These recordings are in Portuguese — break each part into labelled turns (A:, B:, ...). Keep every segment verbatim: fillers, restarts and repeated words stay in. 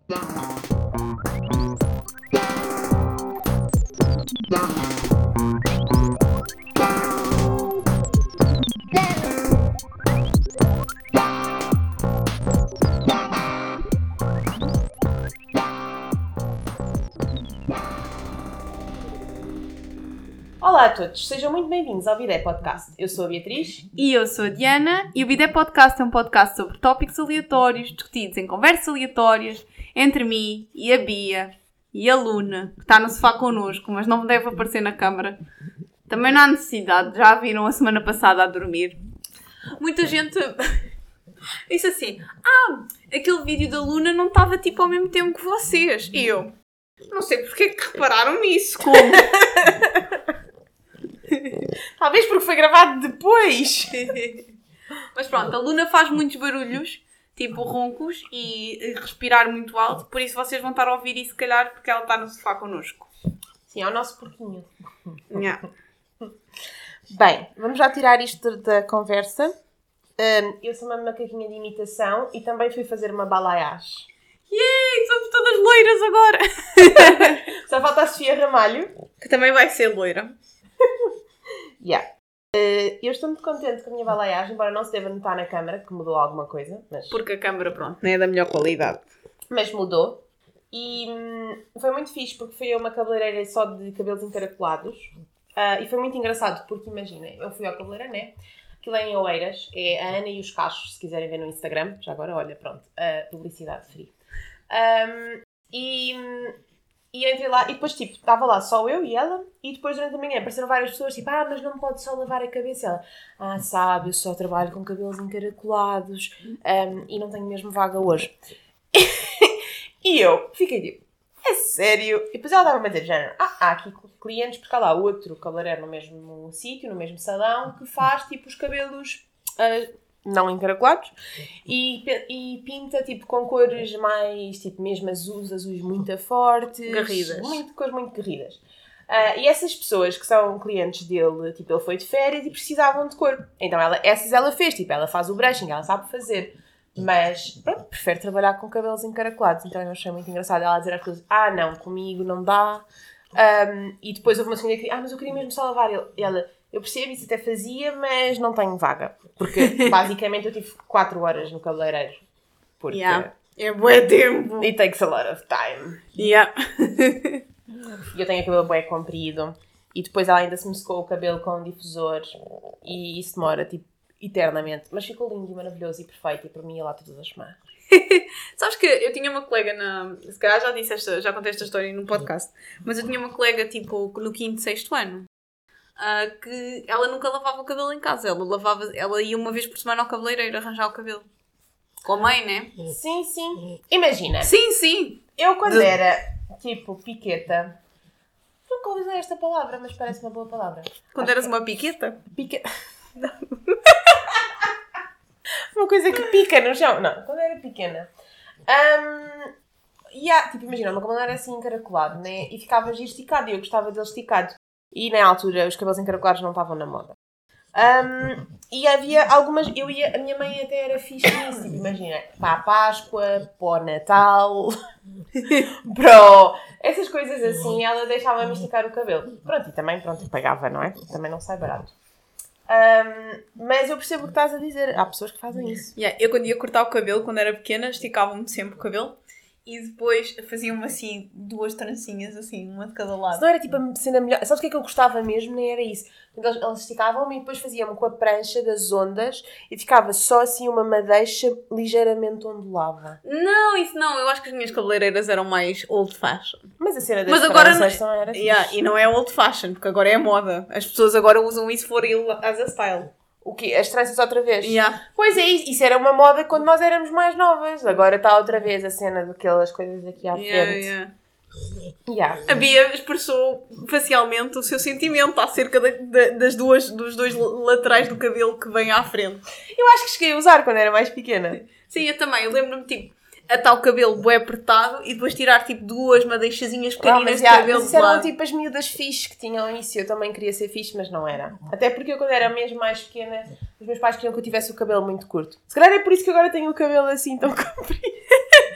A: Olá a todos, sejam muito bem-vindos ao Bidé Podcast. Eu sou a Beatriz.
B: E eu sou a Diana, e o Bidé Podcast é um podcast sobre tópicos aleatórios, discutidos em conversas aleatórias, entre mim e a Bia e a Luna, que está no sofá connosco, mas não deve aparecer na câmara. Também não há necessidade, já a viram a semana passada a dormir. Muita gente disse assim, ah, aquele vídeo da Luna não estava tipo ao mesmo tempo que vocês. E eu, não sei porque é que repararam nisso, como...
A: Talvez porque foi gravado depois.
B: Mas pronto, a Luna faz muitos barulhos, tipo roncos e respirar muito alto, por isso vocês vão estar a ouvir isso, se calhar, porque ela está no sofá connosco.
A: Sim, é o nosso porquinho.
B: Yeah.
A: Bem, vamos já tirar isto da conversa. Um, eu sou uma macaquinha de imitação e também fui fazer uma balaiagem.
B: Yay, somos todas loiras agora!
A: Só falta a Sofia Ramalho.
B: Que também vai ser loira.
A: Yeah. Uh, eu estou muito contente com a minha balaiagem, embora não se deva notar na câmara que mudou alguma coisa. Mas...
B: Porque a câmara, pronto, não é da melhor qualidade.
A: Mas mudou. E hum, foi muito fixe porque fui a uma cabeleireira só de cabelos encaracolados. Uh, e foi muito engraçado porque, imaginem, eu fui ao cabeleireiro, né? Aquilo é em Oeiras. É a Ana e os Cachos, se quiserem ver no Instagram. Já agora, olha, pronto. Uh, publicidade free. Um, e... E entrei lá, e depois, tipo, estava lá só eu e ela, e depois durante a manhã apareceram várias pessoas, tipo, ah, mas não pode só lavar a cabeça. Ela, ah, sabe, eu só trabalho com cabelos encaracolados, um, e não tenho mesmo vaga hoje. E eu fiquei tipo, é sério? E depois ela estava-me a dizer, género, ah, há aqui clientes, porque há lá outro cabeleireiro no mesmo sítio, no mesmo salão, que faz, tipo, os cabelos... Uh, não encaracolados, e, e pinta, tipo, com cores mais, tipo, mesmo azuis, azuis muito fortes.
B: Garridas.
A: Muito, cores muito garridas. Uh, e essas pessoas que são clientes dele, tipo, ele foi de férias e precisavam de cor. Então, ela, essas ela fez, tipo, ela faz o brushing, ela sabe fazer. Mas, pronto, prefere trabalhar com cabelos encaracolados. Então, eu achei muito engraçado ela dizer às coisas, ah, não, comigo não dá. Um, e depois houve uma senhora que disse, ah, mas eu queria mesmo só lavar. E ela... Eu percebo, isso até fazia, mas não tenho vaga. Porque, basicamente, eu tive quatro horas no cabeleireiro. Porque...
B: Yeah. É bué tempo.
A: It takes a lot of time.
B: Yeah.
A: E eu tenho o cabelo bué comprido. E depois ela ainda se me secou o cabelo com um difusor. E isso demora, tipo, eternamente. Mas ficou lindo e maravilhoso e perfeito. E para mim ia lá todas as semanas.
B: Sabes que eu tinha uma colega na... Se calhar já disse esta, já contei esta história num podcast. Mas eu tinha uma colega, tipo, no quinto, sexto ano. Uh, que ela nunca lavava o cabelo em casa. Ela, lavava, ela ia uma vez por semana ao cabeleireiro arranjar o cabelo. Com a mãe, né?
A: Sim, sim. Imagina.
B: Sim, sim.
A: Eu quando
B: De...
A: era, tipo, piqueta... Nunca ouvi usar esta palavra, mas parece uma boa palavra.
B: Quando
A: Acho
B: eras
A: que...
B: uma piqueta?
A: Pique... Uma coisa que pica no chão. Não, quando era pequena. Um, yeah, tipo, imagina, o meu cabelo era assim encaracolado, né? E ficava giro esticado. E eu gostava dele esticado. E na altura os cabelos encaracolados não estavam na moda. Um, e havia algumas... Eu ia, a minha mãe até era fixe nisso. Tipo, imagina, para a Páscoa, para o Natal, para essas coisas assim, ela deixava-me esticar o cabelo. Pronto, e também, pronto, pagava, não é? Também não sai barato. Um, mas eu percebo o que estás a dizer. Há pessoas que fazem isso.
B: Yeah, eu quando ia cortar o cabelo, quando era pequena, esticava-me sempre o cabelo. E depois faziam-me assim, duas trancinhas, assim, uma de cada lado.
A: Se não era tipo a cena melhor... Sabes o que é que eu gostava mesmo? Nem era isso. Quando eles, eles esticavam-me e depois faziam-me com a prancha das ondas e ficava só assim uma madeixa ligeiramente ondulava.
B: Não, isso não. Eu acho que as minhas cabeleireiras eram mais old fashion.
A: Mas a cena das
B: Mas agora
A: tranças
B: não...
A: não era
B: yeah,
A: fixe.
B: E não é old fashion, porque agora é moda. As pessoas agora usam isso for real as a style.
A: O quê? As tranças outra vez?
B: Yeah.
A: Pois é, isso, isso era uma moda quando nós éramos mais novas. Agora está outra vez a cena daquelas coisas aqui à
B: Yeah,
A: frente.
B: yeah.
A: Yeah.
B: A Bia expressou facialmente o seu sentimento acerca da, da, das duas, dos dois laterais do cabelo que vem à frente.
A: Eu acho que cheguei a usar quando era mais pequena.
B: Sim, eu também. Eu lembro-me, tipo, atar o cabelo bué apertado e depois tirar, tipo, duas madeixazinhas pequeninas
A: ah,
B: de
A: já,
B: cabelo
A: mas isso
B: de
A: eram
B: lado.
A: tipo as miúdas fixe que tinham isso. Eu também queria ser fixe, mas não era. Até porque eu, quando era mesmo mais pequena, os meus pais queriam que eu tivesse o cabelo muito curto. Se calhar é por isso que agora tenho o cabelo assim tão comprido.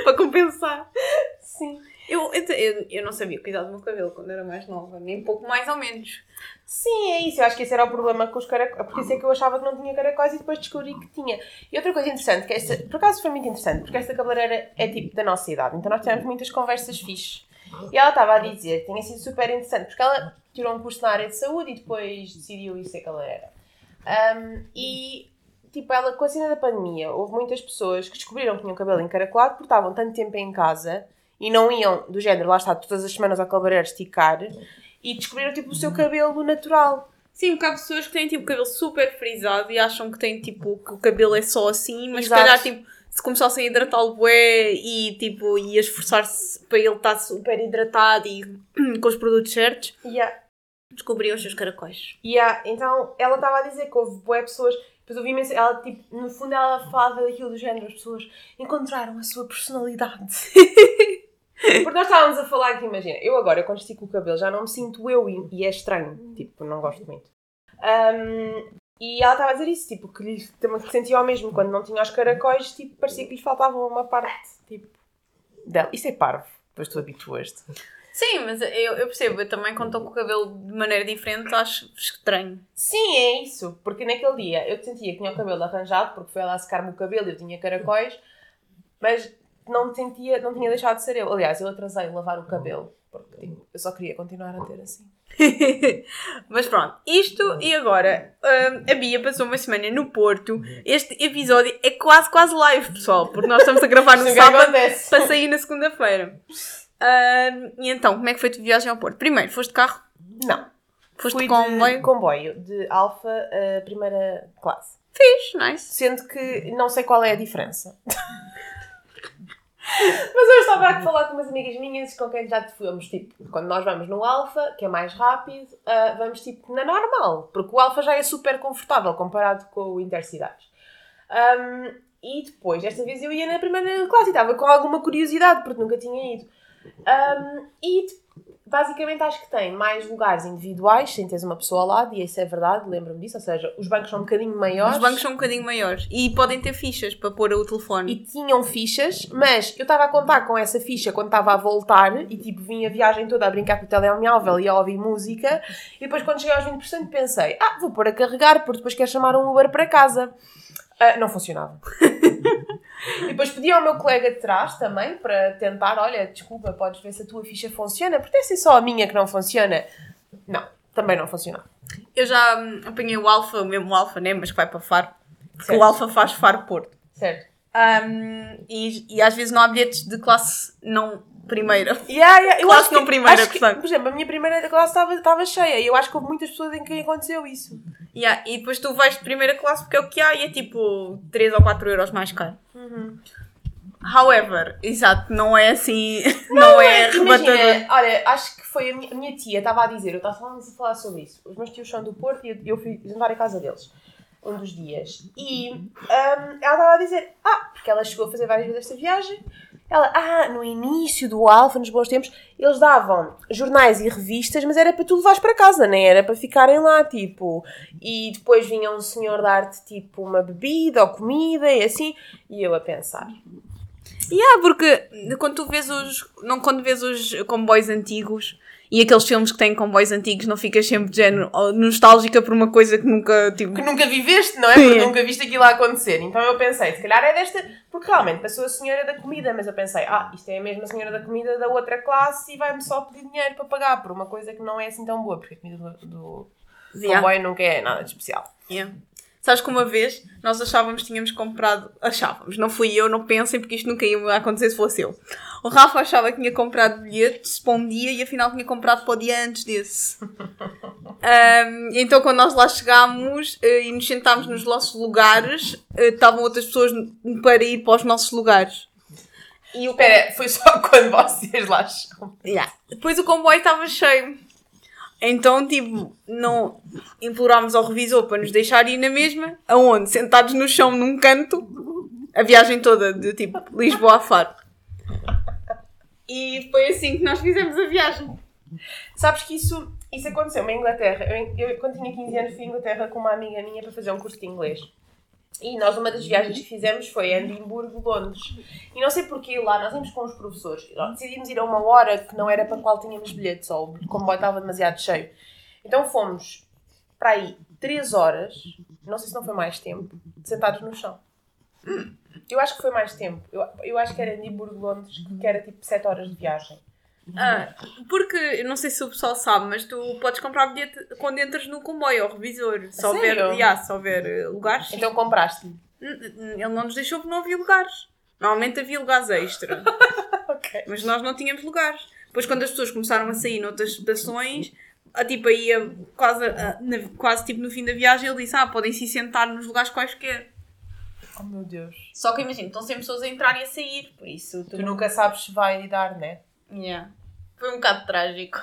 B: para compensar.
A: Sim.
B: Eu, eu, eu não sabia cuidar do meu cabelo quando era mais nova, nem pouco mais ou menos.
A: Sim, é isso. Eu acho que esse era o problema com os caracóis. Porque isso é que eu achava que não tinha caracóis e depois descobri que tinha. E outra coisa interessante, que esta, por acaso foi muito interessante, porque esta cabeleireira é tipo da nossa idade, então nós tivemos muitas conversas fixes. E ela estava a dizer que tinha sido super interessante, porque ela tirou um curso na área de saúde e depois decidiu ir ser cabeleireira. Um, e, tipo, ela, com a cena da pandemia, houve muitas pessoas que descobriram que tinham cabelo encaracolado porque estavam tanto tempo em casa e não iam, do género, lá está, todas as semanas ao cabeleireiro esticar, e descobriram, tipo, o seu cabelo natural.
B: Sim, porque há pessoas que têm, tipo, o cabelo super frisado e acham que têm, tipo, que o cabelo é só assim, mas
A: Exato.
B: se calhar, tipo, se começassem a hidratá-lo bué e, tipo, e a esforçar-se para ele estar super hidratado e com os produtos certos,
A: Yeah.
B: descobriam os seus caracóis.
A: Yeah. Então, ela estava a dizer que houve boas pessoas, depois ouvi imenso, ela, tipo, no fundo ela falava daquilo do género, as pessoas encontraram a sua personalidade. Porque nós estávamos a falar que, imagina, eu agora, quando estico o cabelo, já não me sinto eu e, e é estranho. Tipo, não gosto muito. Um, e ela estava a dizer isso, tipo, que lhe também sentia o mesmo. Quando não tinha os caracóis, tipo, parecia que lhe faltava uma parte, tipo, dela. Isso é parvo, depois tu habituaste.
B: Sim, mas eu, eu percebo, eu também quando estou com o cabelo de maneira diferente acho estranho.
A: Sim, é isso. Porque naquele dia eu sentia que tinha o cabelo arranjado, porque foi ela a secar-me o cabelo e eu tinha caracóis, mas não, sentia, não tinha deixado de ser eu. Aliás, eu atrasei lavar o cabelo, porque tipo, eu só queria continuar a ter assim.
B: Mas pronto, isto e agora, hum, a Bia passou uma semana no Porto. Este episódio é quase, quase live, pessoal, porque nós estamos a gravar no sábado para sair na segunda-feira. Hum, e então, como é que foi a tua viagem ao Porto? Primeiro, foste de carro?
A: Não.
B: Foste
A: Fui
B: de comboio?
A: de comboio, de Alfa a primeira classe.
B: Fiz, nice.
A: Sendo que não sei qual é a diferença. Mas eu estava a falar com umas amigas minhas com quem já fomos, tipo, quando nós vamos no Alfa, que é mais rápido, uh, vamos tipo na normal, porque o Alfa já é super confortável comparado com o Intercidades. Um, e depois, desta vez eu ia na primeira classe e estava com alguma curiosidade, porque nunca tinha ido. Um, e basicamente acho que tem mais lugares individuais, sem teres uma pessoa ao lado, e isso é verdade, lembro-me disso, ou seja, os bancos são um bocadinho maiores.
B: Os bancos são um bocadinho maiores e podem ter fichas para pôr o telefone.
A: E tinham fichas, mas eu estava a contar com essa ficha quando estava a voltar e tipo vinha a viagem toda a brincar com o telemóvel e a ouvir música, e depois quando cheguei aos vinte por cento pensei, ah, vou pôr a carregar porque depois quero chamar um Uber para casa. Uh, não funcionava. E depois pedi ao meu colega de trás também para tentar, olha, desculpa, podes ver se a tua ficha funciona, porque deve ser só a minha que não funciona. Não, também não funcionava.
B: Eu já hum, apanhei o Alfa, o mesmo Alfa, né? Mas que vai para Faro. Porque
A: Certo.
B: o Alfa faz Faro Porto.
A: Certo.
B: Um, e, e às vezes não há bilhetes de classe não primeira.
A: Yeah, yeah. Eu
B: Classe
A: acho que,
B: não primeira,
A: acho que,
B: portanto.
A: por exemplo, a minha primeira classe estava, estava cheia e eu acho que houve muitas pessoas em quem aconteceu isso.
B: Yeah, e depois tu vais de primeira classe porque é o que há e é tipo três ou quatro euros mais caro.
A: Uhum.
B: However, exato, não é assim, não,
A: Não,
B: é
A: imagina,
B: arrebatador.
A: olha, acho que foi a minha, a minha tia, estava a dizer, eu estava a falar sobre isso. Os meus tios são do Porto e eu, eu fui jantar à casa deles, um dos dias. E um, ela estava a dizer, ah, porque ela chegou a fazer várias vezes esta viagem. Ela, ah, no início do Alfa, nos bons tempos, eles davam jornais e revistas, mas era para tu levares para casa, nem era para ficarem lá, tipo. E depois vinha um senhor dar-te, tipo, uma bebida ou comida e assim. E eu a pensar.
B: Yeah, porque quando tu vês os, não, quando vês os comboios antigos e aqueles filmes que têm comboios antigos, não ficas sempre de género nostálgica por uma coisa que nunca, tipo...
A: Que nunca viveste, não é? Porque nunca viste aquilo a acontecer. Então eu pensei, se calhar é desta... Porque realmente passou a senhora da comida, mas eu pensei, ah, isto é a mesma senhora da comida da outra classe e vai-me só pedir dinheiro para pagar por uma coisa que não é assim tão boa, porque a comida do, do
B: Yeah.
A: comboio nunca é nada de especial.
B: Yeah. Sabes que uma vez nós achávamos que tínhamos comprado... Achávamos, não fui eu, não pensem, porque isto nunca ia acontecer se fosse eu. O Rafa achava que tinha comprado bilhetes para um dia e afinal tinha comprado para o dia antes desse. um, então quando nós lá chegámos uh, e nos sentámos nos nossos lugares, uh, estavam outras pessoas para ir para os nossos lugares.
A: E o Espera, foi só quando vocês lá chegam.
B: Yeah. Depois o comboio estava cheio. Então, tipo, não implorámos ao revisor para nos deixar ir na mesma, aonde? Sentados no chão num canto, a viagem toda de tipo Lisboa a Faro. E foi assim que nós fizemos a viagem.
A: Sabes que isso, isso aconteceu em Inglaterra. Eu, eu, quando tinha quinze anos, fui à Inglaterra com uma amiga minha para fazer um curso de inglês. E nós, uma das viagens que fizemos foi a Edimburgo, Londres. E não sei porquê lá, nós íamos com os professores. Decidimos ir a uma hora que não era para a qual tínhamos bilhetes, ou o comboio estava demasiado cheio. Então fomos para aí três horas, não sei se não foi mais tempo, sentados no chão. Eu acho que foi mais tempo. Eu, eu acho que era Edimburgo, Londres, que era tipo sete horas de viagem.
B: Ah, porque, eu não sei se o pessoal sabe, mas tu podes comprar bilhete quando entras no comboio, ao revisor. Se houver, yeah, se houver lugares.
A: Então compraste?
B: Ele não nos deixou porque não havia lugares. Normalmente havia lugares extra.
A: Okay.
B: Mas nós não tínhamos lugares. Depois, quando as pessoas começaram a sair noutras estações, a, tipo, aí, a, quase, a, na, quase tipo, no fim da viagem, ele disse: Ah, podem se sentar nos lugares quaisquer.
A: Oh meu Deus.
B: Só que imagina, estão sempre pessoas a entrar e a sair. Por isso,
A: tu, tu nunca sabes se vai dar, né?
B: Yeah. Foi um bocado trágico.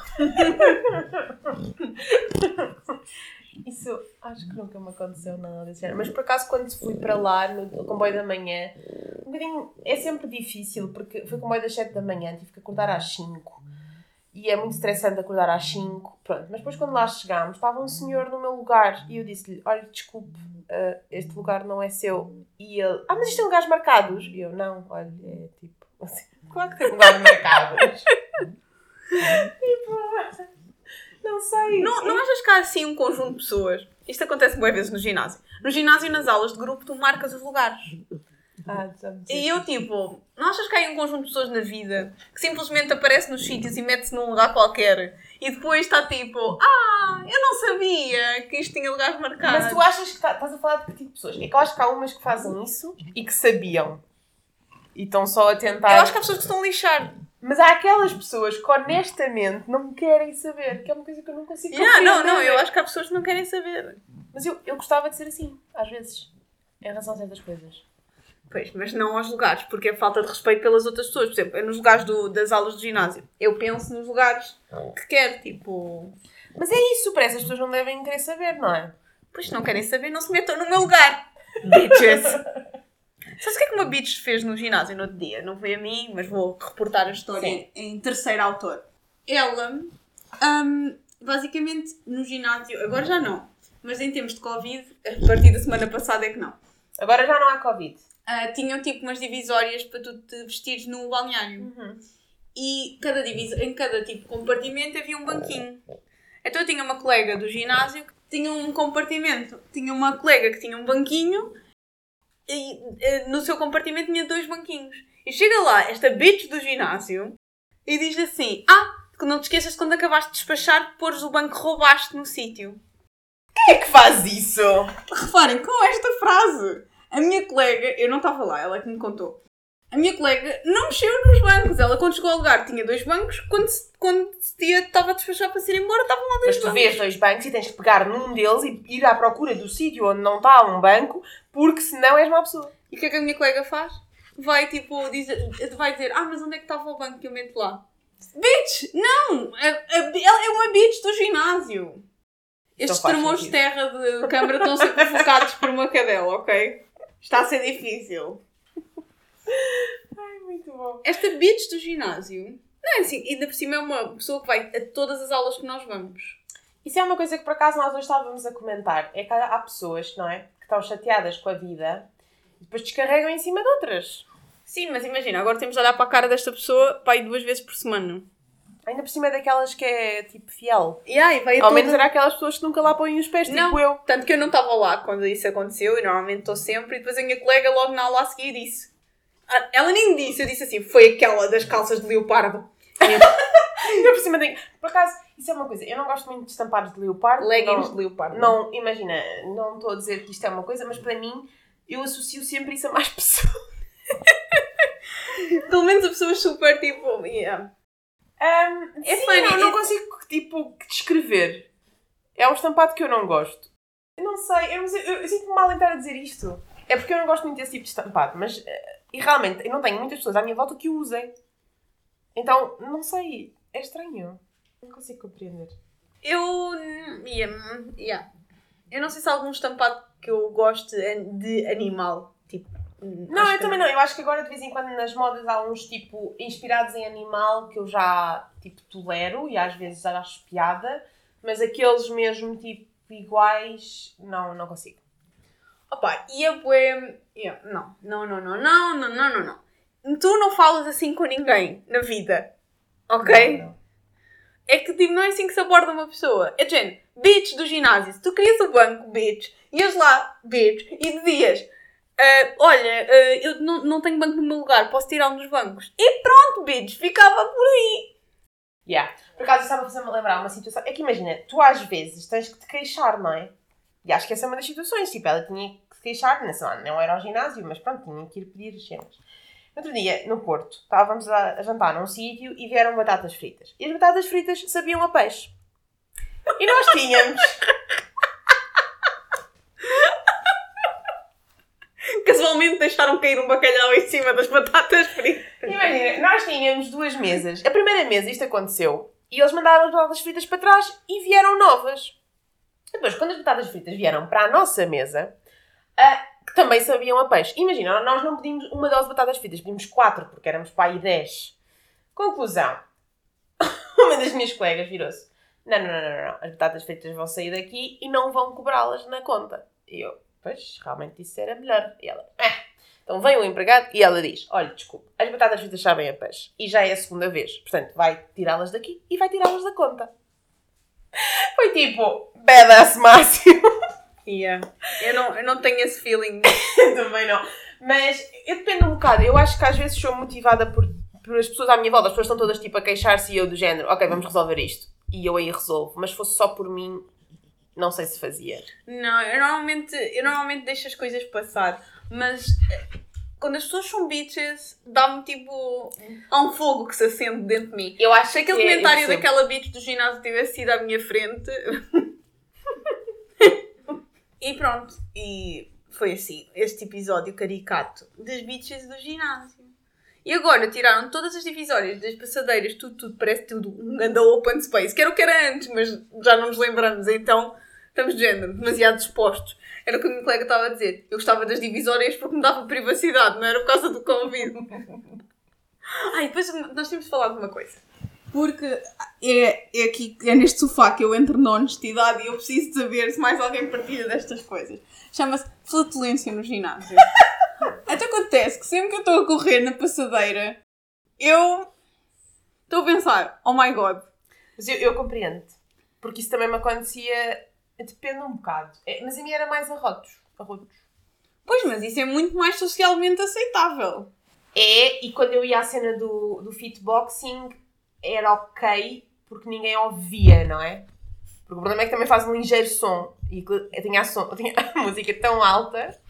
A: Isso, acho que nunca me aconteceu nada desse género. Mas por acaso, quando fui para lá, no comboio da manhã, um bocadinho, é sempre difícil, porque foi comboio das sete da manhã, tive que acordar às cinco. E é muito estressante acordar às cinco. Pronto, mas depois quando lá chegámos, estava um senhor no meu lugar e eu disse-lhe: Olha, desculpe, uh, este lugar não é seu. E ele: Ah, mas isto tem lugares marcados. E eu: Não, olha, é tipo... Assim, claro que tem lugares marcados. Tipo, não sei.
B: Não, não achas que há assim um conjunto de pessoas? Isto acontece muitas vezes no ginásio. No ginásio e nas aulas de grupo tu marcas os lugares.
A: Ah,
B: e eu tipo, não achas que há aí um conjunto de pessoas na vida que simplesmente aparece nos sítios e mete-se num lugar qualquer e depois está tipo, ah, eu não sabia que isto tinha lugares marcados.
A: Mas tu achas que tá, estás a falar de que tipo de pessoas? É que eu acho que há umas que fazem isso e que sabiam e estão só a tentar...
B: Eu acho que há pessoas que estão a lixar.
A: Mas há aquelas pessoas que honestamente não querem saber, que é uma coisa que eu não consigo
B: compreender. Não, não, não, eu acho que há pessoas que não querem saber.
A: Mas eu, eu gostava de ser assim, às vezes, em relação a certas coisas.
B: Pois, mas não aos lugares, porque é falta de respeito pelas outras pessoas. Por exemplo, nos lugares do, das aulas de ginásio. Eu penso nos lugares que quero, tipo...
A: Mas é isso, para essas pessoas não devem querer saber, não é?
B: Pois, se não querem saber, não se metam no meu lugar. Bitches! Sabes o que é que uma bitch fez no ginásio no outro dia? Não foi a mim, mas vou reportar a história em, em terceiro autor. Ela, um, basicamente, no ginásio, agora já não, mas em termos de Covid, a partir da semana passada é que não.
A: Agora já não há Covid.
B: Uh, tinham tipo umas divisórias para tu te vestires no balneário.
A: Uhum.
B: E cada diviso, em cada tipo de compartimento havia um banquinho. Então eu tinha uma colega do ginásio que tinha um compartimento. Tinha uma colega que tinha um banquinho e uh, no seu compartimento tinha dois banquinhos. E chega lá esta bitch do ginásio e diz assim: Ah, não te esqueças de quando acabaste de despachar pôres o banco que roubaste no sítio.
A: Quem é que faz isso?
B: Reparem, com esta frase... A minha colega, eu não estava lá, ela é que me contou. A minha colega não mexeu nos bancos. Ela, quando chegou ao lugar, tinha dois bancos. Quando se, quando se tinha, estava a despachar para se ir embora, estavam lá dois
A: bancos. Mas tu
B: bancos.
A: vês dois bancos e tens que pegar num deles e ir à procura do sítio onde não está um banco, porque senão és uma pessoa.
B: E o que é que a minha colega faz? Vai, tipo, dizer, vai dizer: Ah, mas onde é que estava o banco que eu meto lá? Bitch! Não! A, a, ela é uma bitch do ginásio. Estes tremores de terra de câmara estão a ser provocados por uma cadela, ok? Está a ser difícil.
A: Ai, muito bom.
B: Esta bitch do ginásio, não é assim, ainda por cima é uma pessoa que vai a todas as aulas que nós vamos.
A: Isso é uma coisa que por acaso nós hoje estávamos a comentar. É que há pessoas, não é? Que estão chateadas com a vida e depois descarregam em cima de outras.
B: Sim, mas imagina, agora temos de olhar para a cara desta pessoa para ir duas vezes por semana.
A: Ainda por cima é daquelas que é tipo fiel.
B: Yeah, e vai
A: Ao menos era aquelas pessoas que nunca lá põem os pés,
B: não,
A: tipo eu.
B: Tanto que eu não estava lá quando isso aconteceu e normalmente estou sempre. E depois a minha colega logo na aula a seguir disse. Ela nem disse, eu disse assim, foi aquela das calças de leopardo.
A: Ainda por cima tem... Por acaso, isso é uma coisa, eu não gosto muito de estampados de leopardo.
B: Leggings
A: não,
B: de leopardo.
A: Não, imagina, não estou a dizer que isto é uma coisa, mas para mim, eu associo sempre isso a mais pessoas.
B: Pelo menos a pessoas super tipo... Yeah.
A: Um, é sim, funny. Eu não consigo, tipo, descrever. É um estampado que eu não gosto. Eu não sei, eu, não sei, eu, eu sinto-me mal em estar a dizer isto. É porque eu não gosto muito desse tipo de estampado, mas... E realmente, eu não tenho muitas pessoas à minha volta que o usem. Então, não sei, é estranho. Não consigo compreender.
B: Eu... Yeah, yeah. Eu não sei se há algum estampado que eu gosto de animal, tipo...
A: Não, eu também não. Eu acho que agora de vez em quando nas modas há uns tipo inspirados em animal que eu já tipo tolero e às vezes acho piada, mas aqueles mesmo tipo iguais, não, não consigo.
B: Opa, e a bué... Yeah, não, não, não, não, não, não, não, não, não. Tu não falas assim com ninguém na vida, ok?
A: Não, não.
B: É que tipo, não é assim que se aborda uma pessoa. É gente, bitch do ginásio. Se tu querias o banco, bitch, ias lá, bitch, e dizias, uh, olha, uh, eu não, não tenho banco no meu lugar, posso tirá-lo nos bancos. E pronto, bitch, ficava por aí.
A: Yeah. Por acaso, estava a fazer-me lembrar uma situação. É que imagina, tu às vezes tens que te queixar, não é? E acho que essa é uma das situações. Tipo, ela tinha que se queixar, não, sei lá, não era ao ginásio, mas pronto, tinha que ir pedir as cenas. Outro dia, no Porto, estávamos a, a jantar num sítio e vieram batatas fritas. E as batatas fritas sabiam a peixe. E nós tínhamos...
B: Casualmente deixaram cair um bacalhau em cima das batatas fritas.
A: Imagina, nós tínhamos duas mesas. A primeira mesa isto aconteceu e eles mandaram as batatas fritas para trás e vieram novas. Depois, quando as batatas fritas vieram para a nossa mesa, uh, que também sabiam a peixe. Imagina, nós não pedimos uma dose de batatas fritas, pedimos quatro, porque éramos para aí dez. Conclusão. Uma das minhas colegas virou-se. Não, não, não, não, não. As batatas fritas vão sair daqui e não vão cobrá-las na conta. E eu, pois, realmente isso era melhor. E ela, ah. Então vem o empregado e ela diz, olha, desculpe, as batatas fritas sabem a peixe. E já é a segunda vez. Portanto, vai tirá-las daqui e vai tirá-las da conta. Foi tipo, badass máximo.
B: Yeah. Eu, não, eu não tenho esse feeling.
A: Também não. Mas eu dependo um bocado. Eu acho que às vezes sou motivada por, por as pessoas à minha volta. As pessoas estão todas tipo a queixar-se e eu do género, ok, vamos resolver isto. E eu aí resolvo. Mas se fosse só por mim, não sei se fazia.
B: Não, eu normalmente, eu normalmente deixo as coisas passar. Mas quando as pessoas são bitches, dá-me tipo... Há um fogo que se acende dentro de mim.
A: Eu acho
B: Se aquele
A: que
B: comentário
A: é,
B: daquela bitch do ginásio tivesse sido à minha frente... E pronto. E foi assim. Este episódio caricato das bitches do ginásio. E agora tiraram todas as divisórias das passadeiras. Tudo, tudo. Parece tudo um grande open space. Que era o que era antes, mas já não nos lembramos. Então, estamos de género. Demasiado dispostos. Era o que a minha colega estava a dizer. Eu gostava das divisórias porque me dava privacidade. Não era por causa do Covid. Ah, e depois nós temos de falar de uma coisa. Porque é, é aqui, é neste sofá que eu entro na honestidade e eu preciso de saber se mais alguém partilha destas coisas. Chama-se flatulência no ginásio. Até acontece que sempre que eu estou a correr na passadeira, eu estou a pensar, oh my god.
A: Mas eu, eu compreendo-te. Porque isso também me acontecia, depende um bocado. É, mas a mim era mais arrotos. arrotos.
B: Pois, mas isso é muito mais socialmente aceitável.
A: É, e quando eu ia à cena do, do fitboxing... era ok, porque ninguém ouvia, não é? Porque o problema é que também faz um ligeiro som. E eu tinha a, som, eu tinha a música tão alta.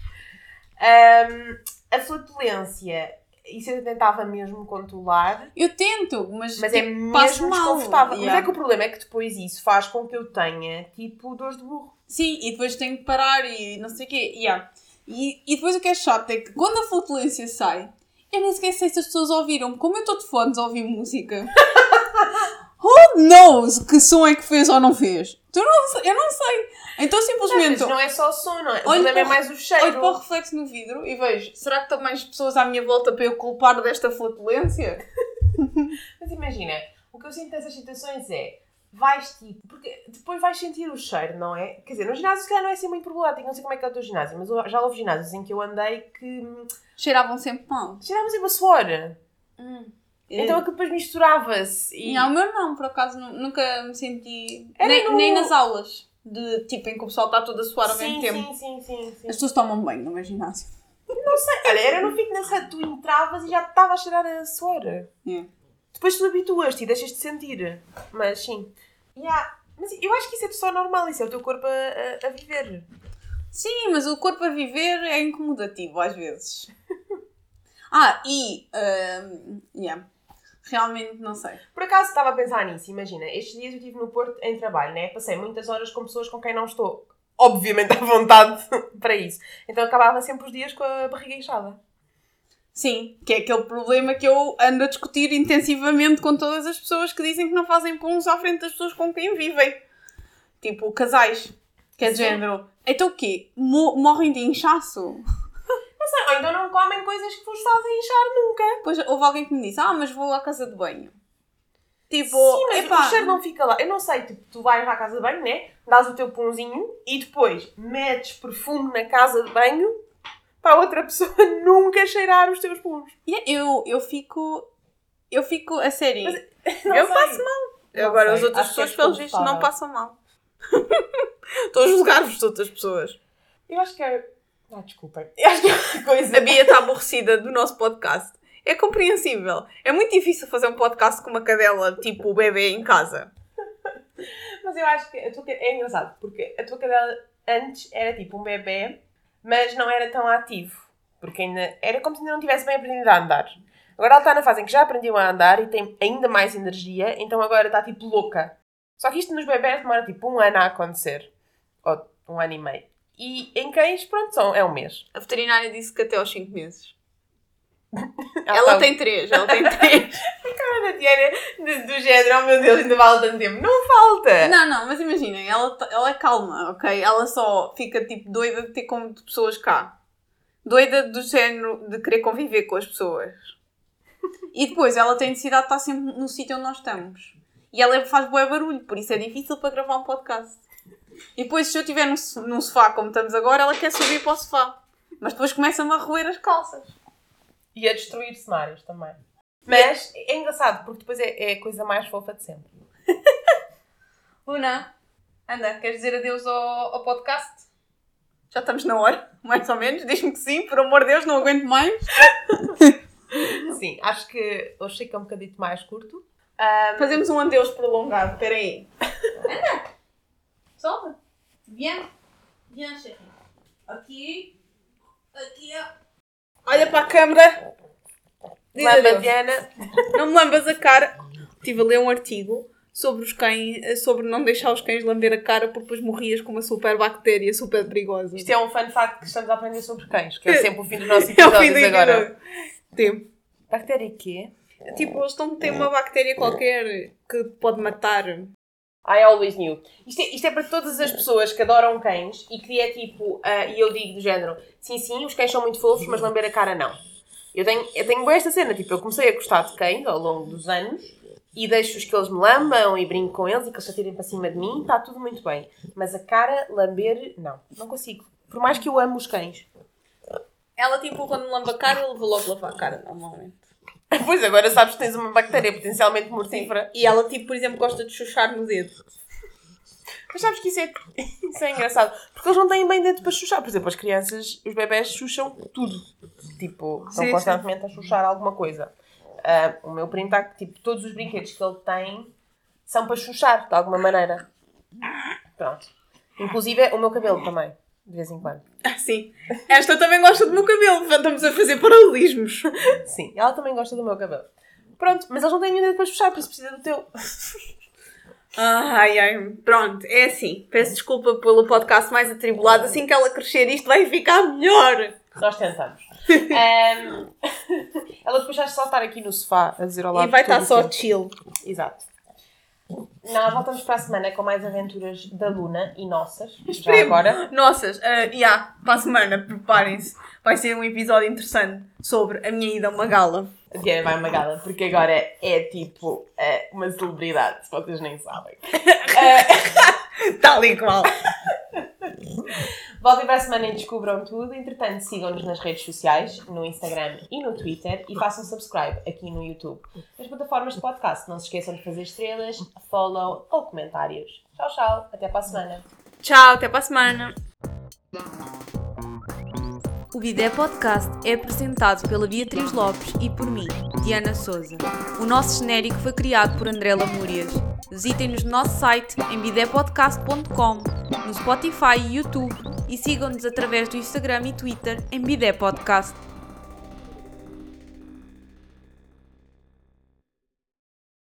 A: Um, a flatulência, isso eu tentava mesmo controlar.
B: Eu tento, mas,
A: mas
B: tipo,
A: é mesmo desconfortável.
B: Yeah.
A: Mas é que o problema é que depois isso faz com que eu tenha, tipo, dores de burro.
B: Sim, e depois tenho que parar e não sei o quê. Yeah. E, e depois o que é chato é que quando a flatulência sai, eu nem sequer sei se as pessoas ouviram. Como eu estou de fones a ouvir música... Who knows que som é que fez ou não fez? Tu não, eu não sei. Então simplesmente...
A: Não, não é só o som, não é? O problema é mais o cheiro.
B: Olho para o reflexo no vidro e vejo, será que estão mais pessoas à minha volta para eu culpar desta flatulência?
A: Mas imagina, o que eu sinto nessas situações é... Vais tipo... Porque depois vais sentir o cheiro, não é? Quer dizer, no ginásio se calhar não é assim muito problemático. Não sei como é que é o teu ginásio, mas já houve ginásios em que eu andei que...
B: Cheiravam sempre mal.
A: Cheiravam sempre a suor.
B: Hum.
A: Então é que depois misturava-se. E...
B: Não, o meu não, por acaso nunca me senti... Nem,
A: no...
B: nem nas aulas. De tipo em que o pessoal está todo a suar ao
A: sim,
B: mesmo tempo.
A: Sim, sim, sim, sim.
B: As pessoas tomam banho no meu ginásio.
A: Não sei. Olha, era no fitness hut, tu entravas e já estava a cheirar a suor.
B: Yeah.
A: Depois tu habituas-te e deixas de sentir. Mas sim. Yeah. Mas eu acho que isso é só normal. Isso é o teu corpo a, a, a viver.
B: Sim, mas o corpo a viver é incomodativo às vezes. Ah, e... Uh, yeah. Realmente não sei.
A: Por acaso estava a pensar nisso, imagina, estes dias eu estive no Porto em trabalho, né? Passei muitas horas com pessoas com quem não estou, obviamente, à vontade para isso. Então acabava sempre os dias com a barriga inchada.
B: Sim, que é aquele problema que eu ando a discutir intensivamente com todas as pessoas que dizem que não fazem puns à frente das pessoas com quem vivem. Tipo, casais. Que é de género. Então o quê? Mo- morrem de inchaço?
A: Não sei, ou então não comem coisas que vos fazem inchar nunca.
B: Depois houve alguém que me disse, ah, mas vou à casa de banho. Tipo,
A: Sim, mas
B: epá,
A: o cheiro não fica lá. Eu não sei, tipo, tu vais à casa de banho, né? Dás o teu punzinho e depois metes perfume na casa de banho para a outra pessoa nunca cheirar os teus puns.
B: eu, eu fico... Eu fico, a sério,
A: Mas, não
B: eu
A: sei.
B: passo mal.
A: Não
B: Agora,
A: sei,
B: as outras
A: acho que é
B: pessoas, pelos vistos, não
A: desconfortável.
B: passam mal. Estou a julgar-vos, outras pessoas.
A: Eu acho que é... Ah, desculpem. Eu acho que é uma coisa...
B: A Bia está aborrecida do nosso podcast. É compreensível. É muito difícil fazer um podcast com uma cadela, tipo o bebê em casa.
A: Mas eu acho que a tua... é engraçado, porque a tua cadela antes era tipo um bebê, mas não era tão ativo. Porque ainda era como se ainda não tivesse bem aprendido a andar. Agora ela está na fase em que já aprendeu a andar e tem ainda mais energia, então agora está tipo louca. Só que isto nos bebés demora tipo um ano a acontecer. Ou um ano e meio. E em cães, pronto, são, é um mês.
B: A veterinária disse que até aos cinco meses.
A: Ela,
B: Ela
A: tá...
B: tem três, ela tem três.
A: A cara da Tiana do, do género, oh meu Deus, ainda vale tanto tempo. Não falta!
B: Não, não, mas imaginem, ela, ela é calma, ok? Ela só fica tipo doida de ter como de pessoas cá. Doida do género de querer conviver com as pessoas. E depois ela tem necessidade de estar sempre no sítio onde nós estamos. E ela faz bué barulho, por isso é difícil para gravar um podcast. E depois, se eu estiver num, num sofá como estamos agora, ela quer subir para o sofá. Mas depois começa-me a roer as calças.
A: E a destruir cenários também. Mas é engraçado, porque depois é, é a coisa mais fofa de sempre.
B: Luna, anda, queres dizer adeus ao, ao podcast? Já estamos na hora, mais ou menos. Diz-me que sim, por amor de Deus, não aguento mais.
A: Sim, acho que hoje fica um bocadinho mais curto. Um...
B: Fazemos um adeus prolongado, espera aí. Anda, solta. Viens, viens, chérie. Aqui, aqui, olha para a câmera. Diz adeus.
A: Diana.
B: Não me lambas a cara. Estive a ler um artigo sobre os cães, sobre não deixar os cães lamber a cara porque depois morrias com uma super bactéria super perigosa.
A: Isto é um fun fact que estamos a aprender sobre cães, que é sempre o fim dos nossos
B: É o
A: episódios
B: fim do
A: agora.
B: episódio. Tempo.
A: Bactéria quê?
B: Tipo, eles estão a ter uma bactéria qualquer que pode matar.
A: I always knew. Isto é, isto é para todas as pessoas que adoram cães e que é tipo, uh, e eu digo do género, sim, sim, os cães são muito fofos, mas lamber a cara não. Eu tenho, eu tenho boa esta cena, tipo, eu comecei a gostar de cães ao longo dos anos e deixo-os que eles me lambam e brinco com eles e que eles se atirem para cima de mim, está tudo muito bem. Mas a cara, lamber, não. Não consigo. Por mais que eu amo os cães.
B: Ela, tipo, quando me lamba a cara, eu vou logo lavar a cara, normalmente.
A: Pois, agora sabes que tens uma bactéria potencialmente mortífera.
B: E ela, tipo, por exemplo, gosta de chuchar no dedo.
A: Mas sabes que isso é, isso é engraçado. Porque eles não têm bem dedo para chuchar. Por exemplo, as crianças, os bebés chucham tudo. Tipo, estão
B: Sim,
A: constantemente a chuchar alguma coisa. Uh, o meu primo está, tipo, todos os brinquedos que ele tem são para chuchar, de alguma maneira. Pronto. Inclusive o meu cabelo também, de vez em quando.
B: Ah, sim. Esta também gosta do meu cabelo. Estamos a fazer paralelismos.
A: Sim, ela também gosta do meu cabelo. Pronto, mas eles não têm nenhum dedo para chuchar, por isso precisa do teu.
B: Ai, ai. Pronto, é assim. Peço desculpa pelo podcast mais atribulado. Assim que ela crescer isto vai ficar melhor.
A: Nós tentamos. um... Ela depois vai saltar aqui no sofá a dizer olá.
B: E vai estar só
A: tempo.
B: chill.
A: Exato. Nós voltamos para a semana com mais aventuras da Luna e nossas. Já
B: Esperemos.
A: agora.
B: Nossas, uh, yeah, para a semana, preparem-se. Vai ser um episódio interessante sobre a minha ida a uma gala.
A: A Diana vai a uma gala, porque agora é, é tipo é uma celebridade, se vocês nem sabem.
B: Tal e qual.
A: Voltem para a semana e descubram tudo. Entretanto, sigam-nos nas redes sociais, no Instagram e no Twitter, e façam subscribe aqui no YouTube. Nas plataformas de podcast, não se esqueçam de fazer estrelas, follow ou comentários. Tchau, tchau. Até para a semana.
B: Tchau, até para a semana.
C: O Bidé Podcast é apresentado pela Beatriz Lopes e por mim, Diana Souza. O nosso genérico foi criado por André Lamúrias. Visitem-nos no nosso site em bidé podcast ponto com, no Spotify e YouTube, e sigam-nos através do Instagram e Twitter em Bidé Podcast.